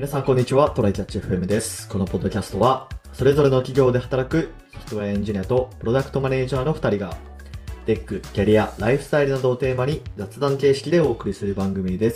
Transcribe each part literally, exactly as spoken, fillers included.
皆さん、こんにちは。トライキャッチ エフエム です。このポッドキャストは、それぞれの企業で働くソフトウェアエンジニアとプロダクトマネージャーのふたりが、テック、キャリア、ライフスタイルなどをテーマに雑談形式でお送りする番組です。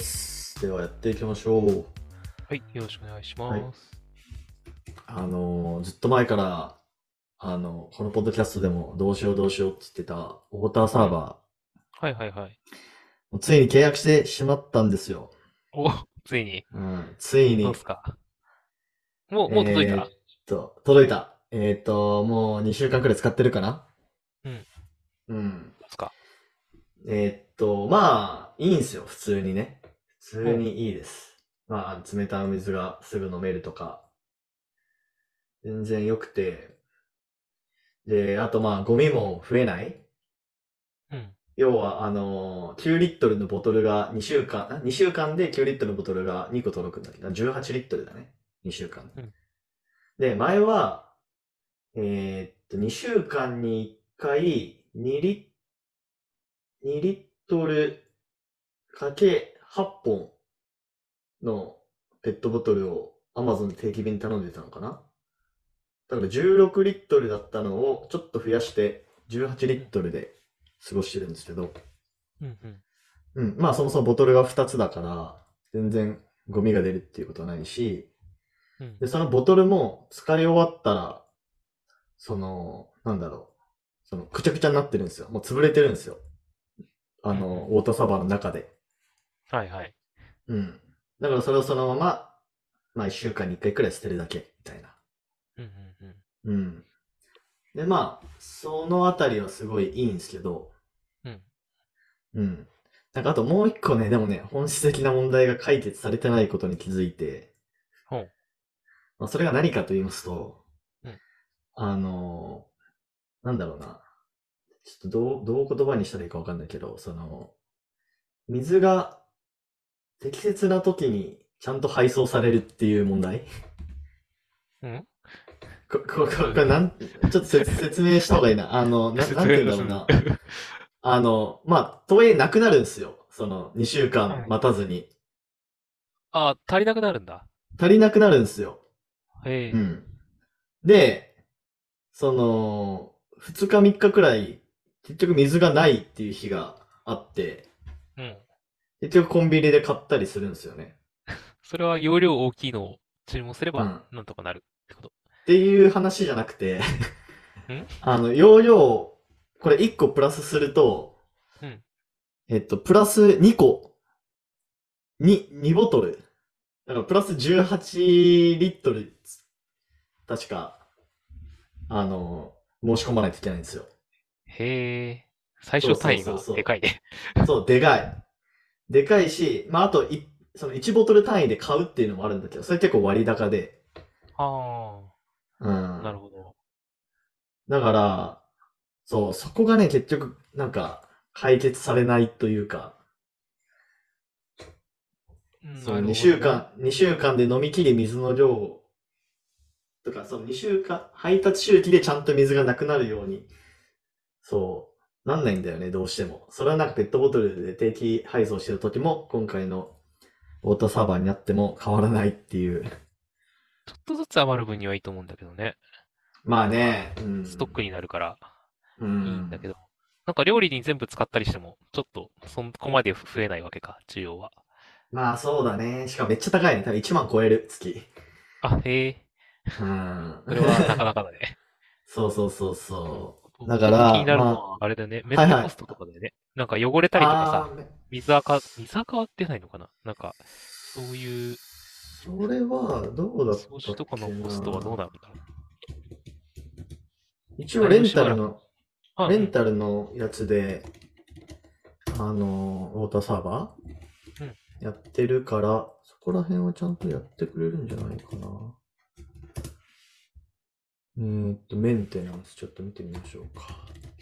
では、やっていきましょう。 はい、よろしくお願いします。 はい、あのー、ずっと前から、あの、このポッドキャストでもどうしようどうしようって言ってたウォーターサーバー、うん、はいはいはい。 ついに契約してしまったんですよ。 お、ついに。 うん、ついに。 どうすか。もう、もう届いえー、った。 と、届いた。えー、っと、もうにしゅうかんくらい使ってるかな。 うん。 うん。 どうすか。 えーっと、まあ、いいんすよ、普通にね。普通うん。 にいいです。まあ、冷たいお水がすぐ飲めるとか、全然良くて。で、あとまあ、ゴミも増えない。 うん。 要は、あのー、きゅうリットルのボトルがにしゅうかん、にしゅうかんできゅうリットルのボトルがにこ届くんだけど、じゅうはちリットルだね。にしゅうかんうん。 で。前は、えーっと、にしゅうかんにいっかいにリ、にリットルかけはっぽんのペットボトルを Amazon で定期便に頼んでたのかな。だからじゅうろくリットルだったのをちょっと増やしてじゅうはちリットルで過ごしてるんですけど、 うん。うん。 うん、まあそもそもボトルがふたつだから全然ゴミが出るっていうことはないし、 うん。 で、そのボトルも使い終わったら、その、なんだろう、そのくちゃくちゃになってるんですよ。もう潰れてるんですよ。あうん。うの、 ん。 ウォーターサーバーの中で。 はいはい。 うん。だからそれをそのまま、まあいっしゅうかんにいっかいくらい捨てるだけ、みたいな。 うん。うん。 うん。で、まあ、そのあたりはすごいいいんですけど、 うん。 うん。なんかあともう一個ね、でもね、本質的な問題が解決されてないことに気づいて、 ほう。 まあ、それが何かと言いますと、 うん。 あのー、なんだろうな。ちょっとどう、どう言葉にしたらいいかわかんないけど、その、水が適切な時にちゃんと配送されるっていう問題。 うん。 こ、こ、こ、 どういうこと。 これなん、ちょっと説説明した方がいいな。あの、な、なんて言うん説明する。 だろうな。あの、まあ、投影なくなるんですよ。その、にしゅうかんはい。 待たずに。 あ、足りなくなるんだ。 足りなくなるんですよ。 へえ。 うん。で、その、ふつかみっかくらい、結局水がないっていう日があって、 うん。 結局コンビニで買ったりするんですよね。 それは容量大きいのを注文すれば、 うん。っなんとかなるってこと。 ていう話じゃなくて、 ん。 あの、容量、これいっこプラスすると、 うん。 えっと、プラスにこ、に、にボトル。だからプラスじゅうはちリットル、確か、あの、申し込まないといけないんですよ。 へえ。最そうそう初単位がそうそでかいね。 う。そう、でかい。でかいし、まあ、あと、い、そのいちボトル単位で買うっていうのもあるんだけど、それ結構割高で。 あうあ、なるん。 ほど。 だから、そう、そこがね、結局、なんか、解決されないというか、 うん、 そのなるほ 2 どな。 週間、にしゅうかんで飲み切り水の量とか、そのにしゅうかん、配達周期でちゃんと水がなくなるように、そう、なんないんだよね、どうしても。それはなんかペットボトルで定期配送してる時も、今回のウォーターサーバーになっても変わらないっていう。 ちょっとずつ余る分にはいいと思うんだけどね。 まあなんか、 ね、うん。 ストックになるからうん。 いいんだけど。なんか料理に全部使ったりしても、ちょっとそこまで増えないわけか、需要は。 まあそうだね。しかもめっちゃ高いね。多分いちまん超える、月。 あ、へえ。 うん。 それはなかなかだね。 そうそうそうそあとう。だかちょっと気にら、 なるのまは、あれだよね。 あ、はいはい。 メンテコストとかだよね。なんか汚れたりとかさ、 あー、め水垢、水垢は出ないのかな。なんか、そういうそれはどうだっ掃たっ除とかのけコストはどうな。 なるんだろう。 一応レンだいぶしばタルの、 らくは。あ、うん。 レンタルのやつで、あの、ウォーターサーバうん。 ーやってるから、そこら辺はちゃんとやってくれるんじゃないかな。えーっと、メンテナンスちょっと見てみましょうか。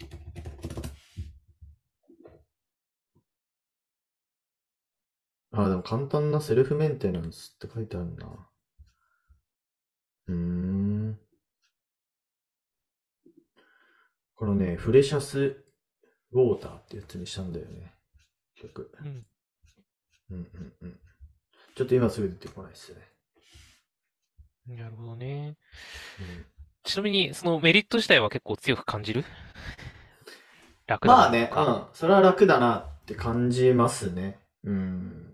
あ、でも簡単なセルフメンテナンスって書いてあるな。うーん。このね、フレシャスウォーターってやつにしたんだよね。結局。 うん。 うんうんうん。ちょっと今すぐ出てこないっすね。 なるほどね。 うんちなみに、そのメリット自体は結構強く感じる？楽だまあね、うなとか。 ん。それは楽だなって感じますね。うん。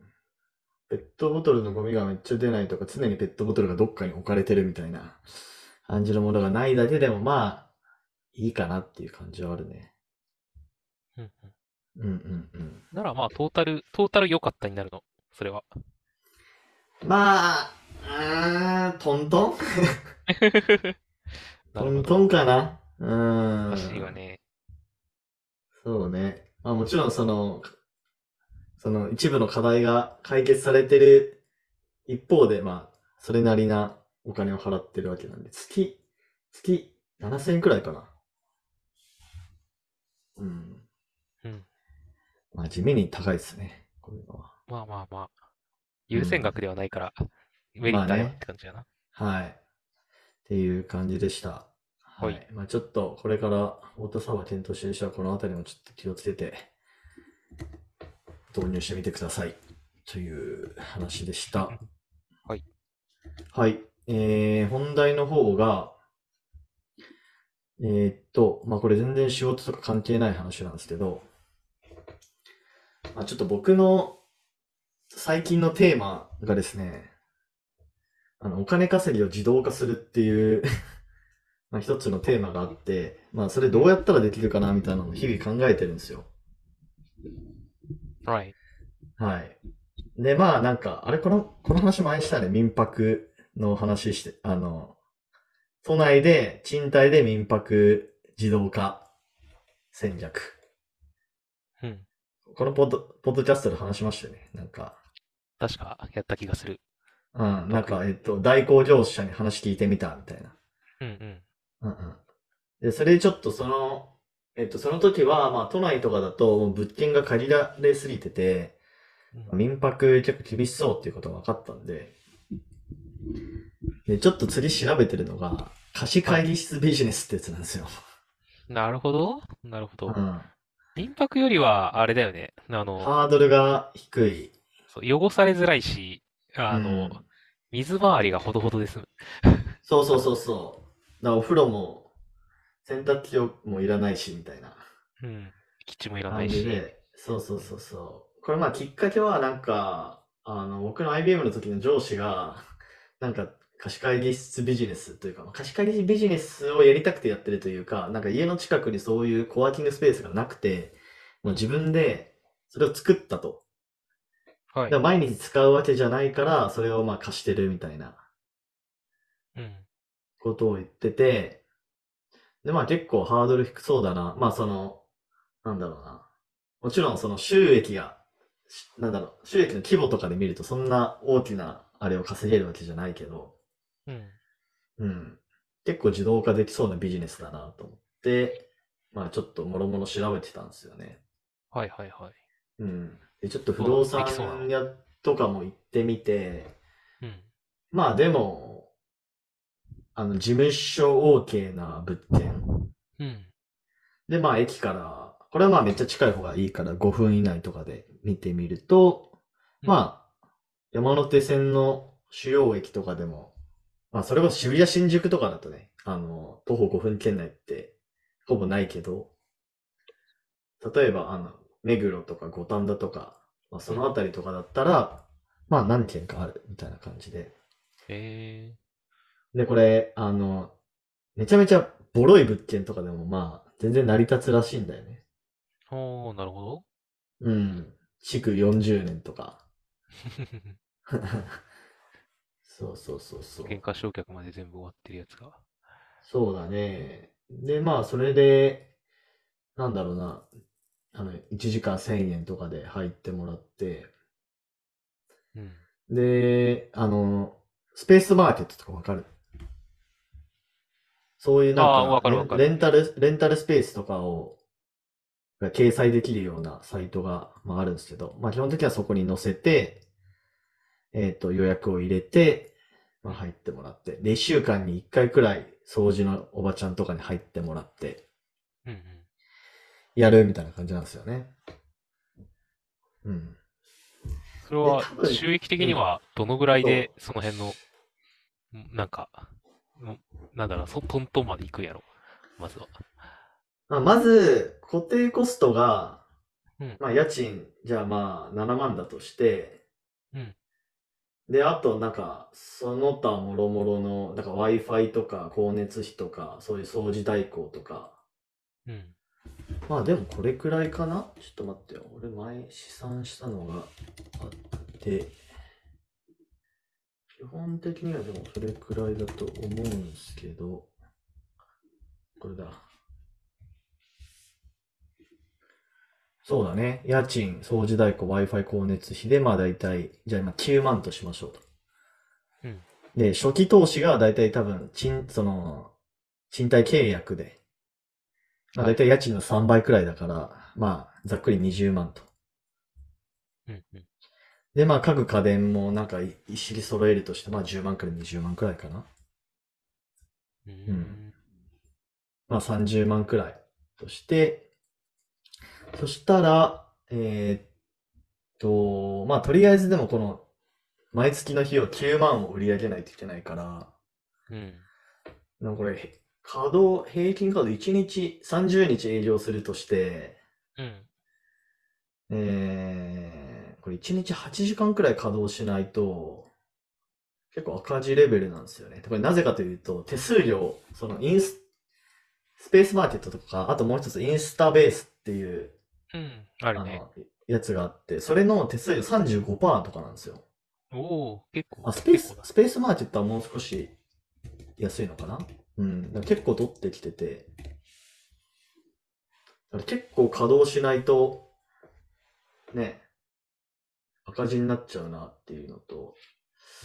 ペットボトルのゴミがめっちゃ出ないとか、常にペットボトルがどっかに置かれてるみたいな感じのものがないだけでも、まあ、いいかなっていう感じはあるね。 うんうん。 うんうんうん。 ならまあ、トータル、トータル良かったになるの。それは。 まあ、うーん、トントンなるほど。 トントンかなうー難しいわん。 ね。 そうね。まあもちろんその、その一部の課題が解決されてる一方で、まあ、それなりなお金を払ってるわけなんで、月、月ななせんえんくらいかな。うん。 うん。 まあ地味に高いですね。こういうのは。 まあまあまあ、優先額うん。 ではないから、メリットあればっまあね。 て感じだな。 はい。っていう感じでした。 はい。 はい。まあちょっと、これからオートサーバー検討してる人はこのあたりもちょっと気をつけて導入してみてください。という話でした。 はい。 はい。えー、本題の方が、えーっと、まあこれ全然仕事とか関係ない話なんですけど、まあ、ちょっと僕の最近のテーマがですね、あの、お金稼ぎを自動化するっていうまあ一つのテーマがあって、まあそれうん。 どうやったらできるかなみたいなのを日々考えてるんですよ。 はい。 はい。で、まあなんか、あれ、この、この話前にしたね、民泊の話して、あの、都内で、賃貸で民泊自動化戦略。 うん。 このポッド、ポッドキャストで話しましたよね。なんか、 確かやった気がする。 うん、なんか、 僕。 えっと、代行業者に話聞いてみたみたいな。 うんうん。 うんうん。で、それでちょっとその、えっと、その時は、まあ、都内とかだと、もう物件が借りられすぎてて、 うん。 民泊結構厳しそうっていうことが分かったんで、で、ちょっと次調べてるのが、貸しはい。 会議室ビジネスってやつなんですよ。 なるほど。なるほど。 うん。 民泊よりは、あれだよね。あの、 ハードルが低い。 そう、汚されづらいし、あの、 うん。 水回りがほどほどで済む。 そうそうそうそう。だからお風呂も洗濯機もいらないし、みたいなうん。基地もいらな感いし。 じで。そうそううん。 そうそう。これまあきっかけはなんか、あの、僕の アイビーエム の時の上司が、なんか貸し会議室ビジネスというか、まあ貸し会議室ビジネスをやりたくてやってるというか、なんか家の近くにそういうコワーキングスペースがなくて、もうん。 う自分でそれを作ったと。 はい。 で毎日使うわけじゃないから、それをまあ貸してるみたいなうん。 ことを言ってて、でまあ結構ハードル低そうだな。まあその、なんだろうな。もちろんその収益が、なんだろう、収益の規模とかで見るとそんな大きなあれを稼げるわけじゃないけど、 うん。 うん。結構自動化できそうなビジネスだなと思って、まあちょっともろもろ調べてたんですよね。 はいはいはい。 うん。で、ちょっと不動どうなの？できそうなの？ 産屋とかも行ってみて、 うん。 まあでも、あの、事務所 OK な物件。 うん。 で、まあ駅から、これはまあめっちゃ近い方がいいからごふん以内とかで見てみると、 うん。 まあ、山手線の主要駅とかでも、まあそれこそ渋谷新宿とかだとね、あの、徒歩ごふん圏内ってほぼないけど、例えばあの、目黒とか五反田とか、まあそうん。 のあたりとかだったら、まあ何軒かあるみたいな感じで。 えで、これ、あの、めちゃめちゃボロい物件とかでもまあ全然成り立つらしいんだよね。 ー。おー、なるほど。 うん。築よんじゅうねんとか。そうそうそうそう。 原価償却まで全部終わってるやつが。 そうだね。で、まあ、それで、なんだろうな。あの、いちじかんせんえんとかで入ってもらって、 うん。 で、あの、スペースマーケットとかわかる？そういうああ、わなんかレン、 かるわかる。 レンタル、レンタルスペースとかを、が掲載できるようなサイトが、まあ、あるんですけど、まあ、基本的にはそこに載せて、えっと、予約を入れて、まあ、 うん。 入ってもらって、で、いっしゅうかんにいっかいくらい掃除のおばちゃんとかに入ってもらって、 うんうん。 やるみたいな感じなんですよね。うん。で、 それは多分、 収益的うん。 にはどのぐらいでそう。 その辺のんなんか、んなんだろう、そ、トントンまで行くんやろ。まずは。 まあ、まず、固定コストが、 うん、 まあ、家賃、じゃあまあ、ななまんだとして、 うん、 で、あと、なんか、その他もろもろの、なんか Wi-Fi とか、光熱費とか、そういう掃除代行とか。 うん。 まあ、でもこれくらいかな。ちょっと待ってよ。俺前試算したのがあって、基本的にはでもそれくらいだと思うんですけど、これだ。そうだね。家賃、掃除代行、Wi-Fi 光熱費で、まあ大体、じゃあ今きゅうまんとしましょうと。 うん。 で、初期投資が大体多分、賃、その、賃貸契約で、まあはい。 大体家賃のさんばいくらいだから、まあ、ざっくりにじゅうまんと。 うん、うん。 で、まあ家具家電もなんか一式揃えるとして、まあじゅうまんからにじゅうまんくらいかな。 うーうん。 ん。 まあさんじゅうまんくらいとして、そしたら、えーっと、まあとりあえずでもこの、毎月の費用きゅうまんを売り上げないといけないから、 うん。 なんかこれ、稼働、平均稼働いちにちさんじゅうにち営業するとして、 うん。 えー、これいちにちはちじかんくらい稼働しないと、結構赤字レベルなんですよね。これなぜかというと、手数料、そのインス、スペースマーケットとか、あともう一つインスタベースっていう、 うん。あるね。 あの、やつがあって、それの手数料さんじゅうごパーセントとかなんですよ。 おお、結構、 あ、スペース、 結構だ。 スペースマーケットはもう少し安いのかな。うん。だから結構取ってきてて、だから結構稼働しないと、ね、赤字になっちゃうなっていうのと、 うん。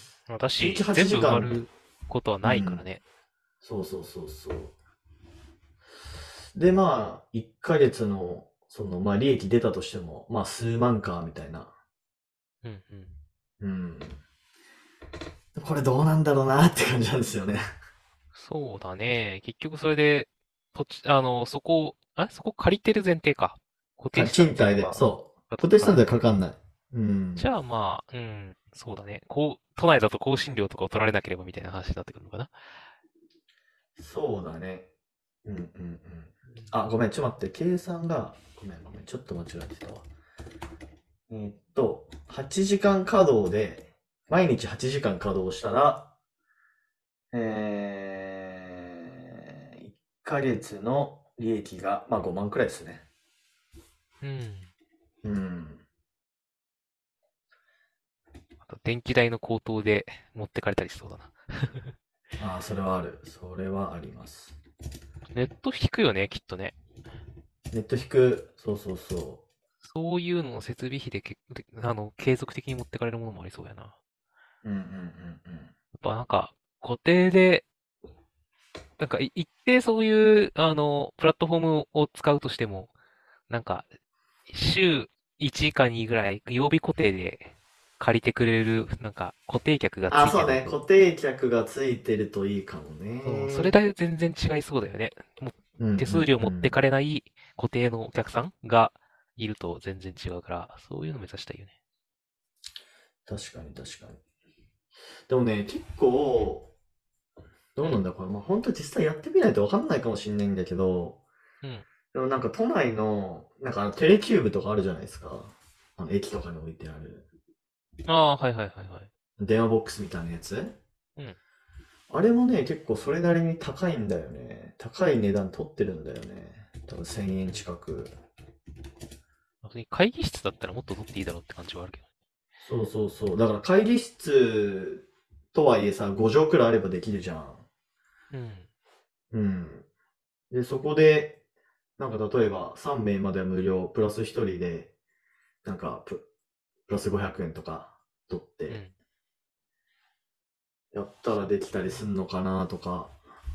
1日私、 8 全部埋ま時間、 ることはうん。 ないからね。 そうそうそうそう。で、まあ、いっかげつの、その、まあ、利益出たとしても、まあ、数万か、みたいな。 うん、うん。 うん。これどうなんだろうなって感じなんですよね。 そうだね。結局それで、土地、あの、そこ、あ、そこ借りてる前提か。固定か資産っ賃貸で、 ていうのが、 そう。 か固定資産ではからない。 かかんない。うん。 じゃあまあ、うん、そうだね。こう、都内だと更新料とかを取られなければみたいな話になってくるのかな。 そうだね。うんうんうん。 うん、 あ、ごめん、ちょっと待って。計算が、ごめんごめん、ちょっと間違えてたわ。えーっと、はちじかん稼働で、毎日はちじかん稼働したら、えー、いっかげつの利益が、まあごまんくらいですね。 うん。 うん。 あと、電気代の高騰で持ってかれたりしそうだな。 ああ、それはある。それはあります。 ネット引くよね、きっとね。 ネット引く。そうそうそそういうのを設備費でけ、であの、継続的に持ってかれるものもありそうやな。やう。うんうんうんっぱなんか、固定で、なんかい一定そういう、あの、プラットフォームを使うとしても、なんか、週いちかにぐらい、曜日固定で借りてくれる、なんか、固定客がああ、 ついてそうね。固ないと、 定客がついてるといいかもそう、それだね。 け全然違いそうだよね。もううんう手数料持ってんうん。 かれない固定のお客さんがいると全然違うから、そういうの目指したいよね。 確かに確かに。でもね、結構、 うん、 どうなんだこれ。まあ本当実際やってみないとわかんないかもしんないんだけど、 うん。 でもなんか都内の、なんかあのテレキューブとかあるじゃないですか。あの駅とかに置いてある。 ああ、はいはいはいはい。 電話ボックスみたいなやつ。 うん。 あれもね、結構それなりに高いんだよね。高い値段取ってるんだよね。多分せんえん近く。 普通に会議室だったらもっと取っていいだろうって感じはあるけど。 そうそうそう。だから会議室とはいえさ、ご畳くらいあればできるじゃん。 うん。 うん。で、そこで、なんか例えばさん名までは無料、プラスひとりで、なんかプ、プラスごひゃくえんとか取って、 うん。 やったらできたりすんのかなとか。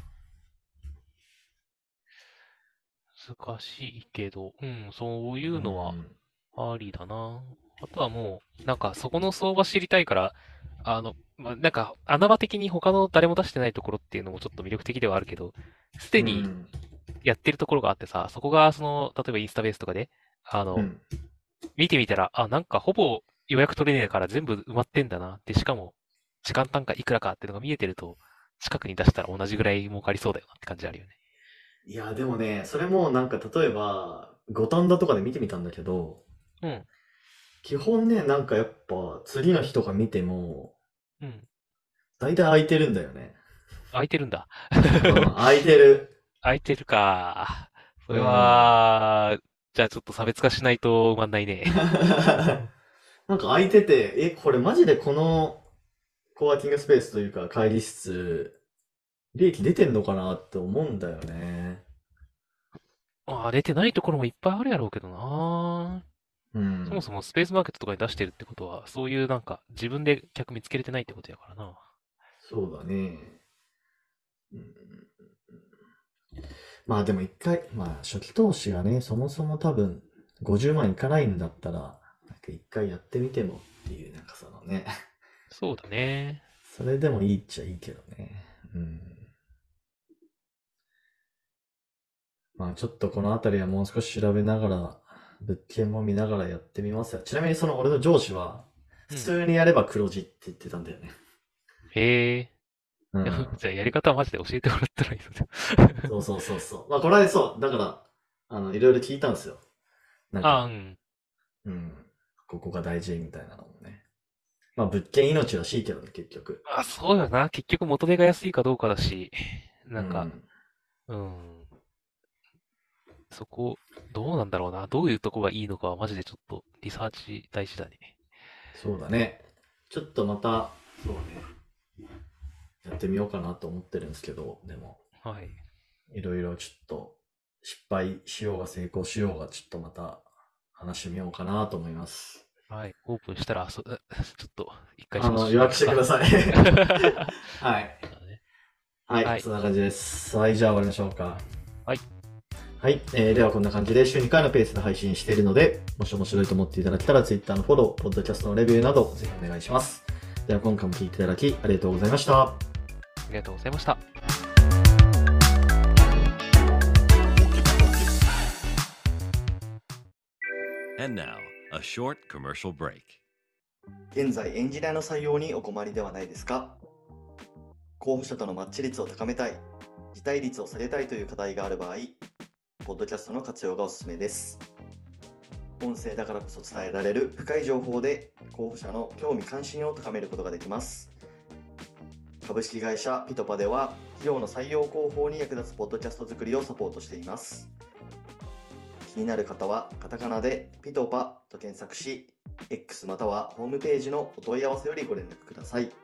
難しいけど、うん、そういううのはん。 ありだな。あとはもう、なんかそこの相場知りたいから、あの、まあ、なんか穴場的に他の誰も出してないところっていうのもちょっと魅力的ではあるけど、すでにうん。 やってるところがあってさ、そこがその、例えばインスタベースとかで、あの、 うん。 見てみたら、あ、なんかほぼ予約取れねえから全部埋まってんだな。で、しかも、 時間単価いくらかっていうのが見えてると、近くに出したら同じぐらい儲かりそうだよなって感じあるよね。 いや、でもね、それもなんか例えば、五反田とかで見てみたんだけど、 うん。 基本ね、なんかやっぱ次の日とか見ても、 うん。 大体空いてるんだよね。 空いてるんだ。 うん、空いてる。 空いてるか。それうん。 は、じゃあちょっと差別化しないと埋まんないね。 なんか空いてて、え、これマジでこのコワーキングスペースというか会議室、利益出てんのかなって思うんだよね。 ああ、出てないところもいっぱいあるやろうけどな。 うん。 そもそもスペースマーケットとかに出してるってことは、そういうなんか自分で客見つけれてないってことやからな。 そうだね。うん、まあでも一回、まあ初期投資がね、そもそも多分ごじゅうまんいかないんだったら、なんか一回やってみてもっていう、なんかそのね、 そうだね。 それでもいいっちゃいいけどね。うん。まあちょっとこのあたりはもう少し調べながら、物件も見ながらやってみますよ。ちなみにその俺の上司は、普うん。 通にやれば黒字って言ってたんだよね。 へえ。 うん。 じゃあやり方はマジで教えてもらったらいいので。 そうそうそうそう。まあこれはそう。だから、あの、いろいろ聞いたんですよ。なんああ、 か、 うん。 うん。ここが大事みたいなのもね。まあ物件命らしいけどね、結局。 あ、そうだな。結局元手が安いかどうかだし、なんか、 うん。 うん。そこ、どうなんだろうな。どういうとこがいいのかはマジでちょっとリサーチ大事だね。 そうだね。ちょっとまた、そうね。やってみようかなと思ってるんですけど、でも、 はい。 いろいろちょっと、失敗しようが成功しようが、ちょっとまた話してみようかなと思います。 はい。オープンしたら、そ、ちょっと一回招あの、 集しますか。 予約してください。はい。 そうだね。 はい、 はい。 そんな感じです。はい、じゃあ終わりましょうか。 はい。 はい、えー、ではこんな感じで週にかいのペースで配信しているので、もし面白いと思っていただけたら Twitter のフォロー、ポッドキャストのレビューなどぜひお願いします。では今回も聞いていただきありがとうございました。 ありがとうございました。 And now, a short commercial break. 現在エンジニアの採用にお困りではないですか？候補者とのマッチ率を高めたい、辞退率を下げたいという課題がある場合、ポッドキャストの活用がおすすめです。音声だからこそ伝えられる深い情報で候補者の興味関心を高めることができます。株式会社ピトパでは企業の採用広報に役立つポッドキャスト作りをサポートしています。気になる方はカタカナでピトパと検索し、X またはホームページのお問い合わせよりご連絡ください。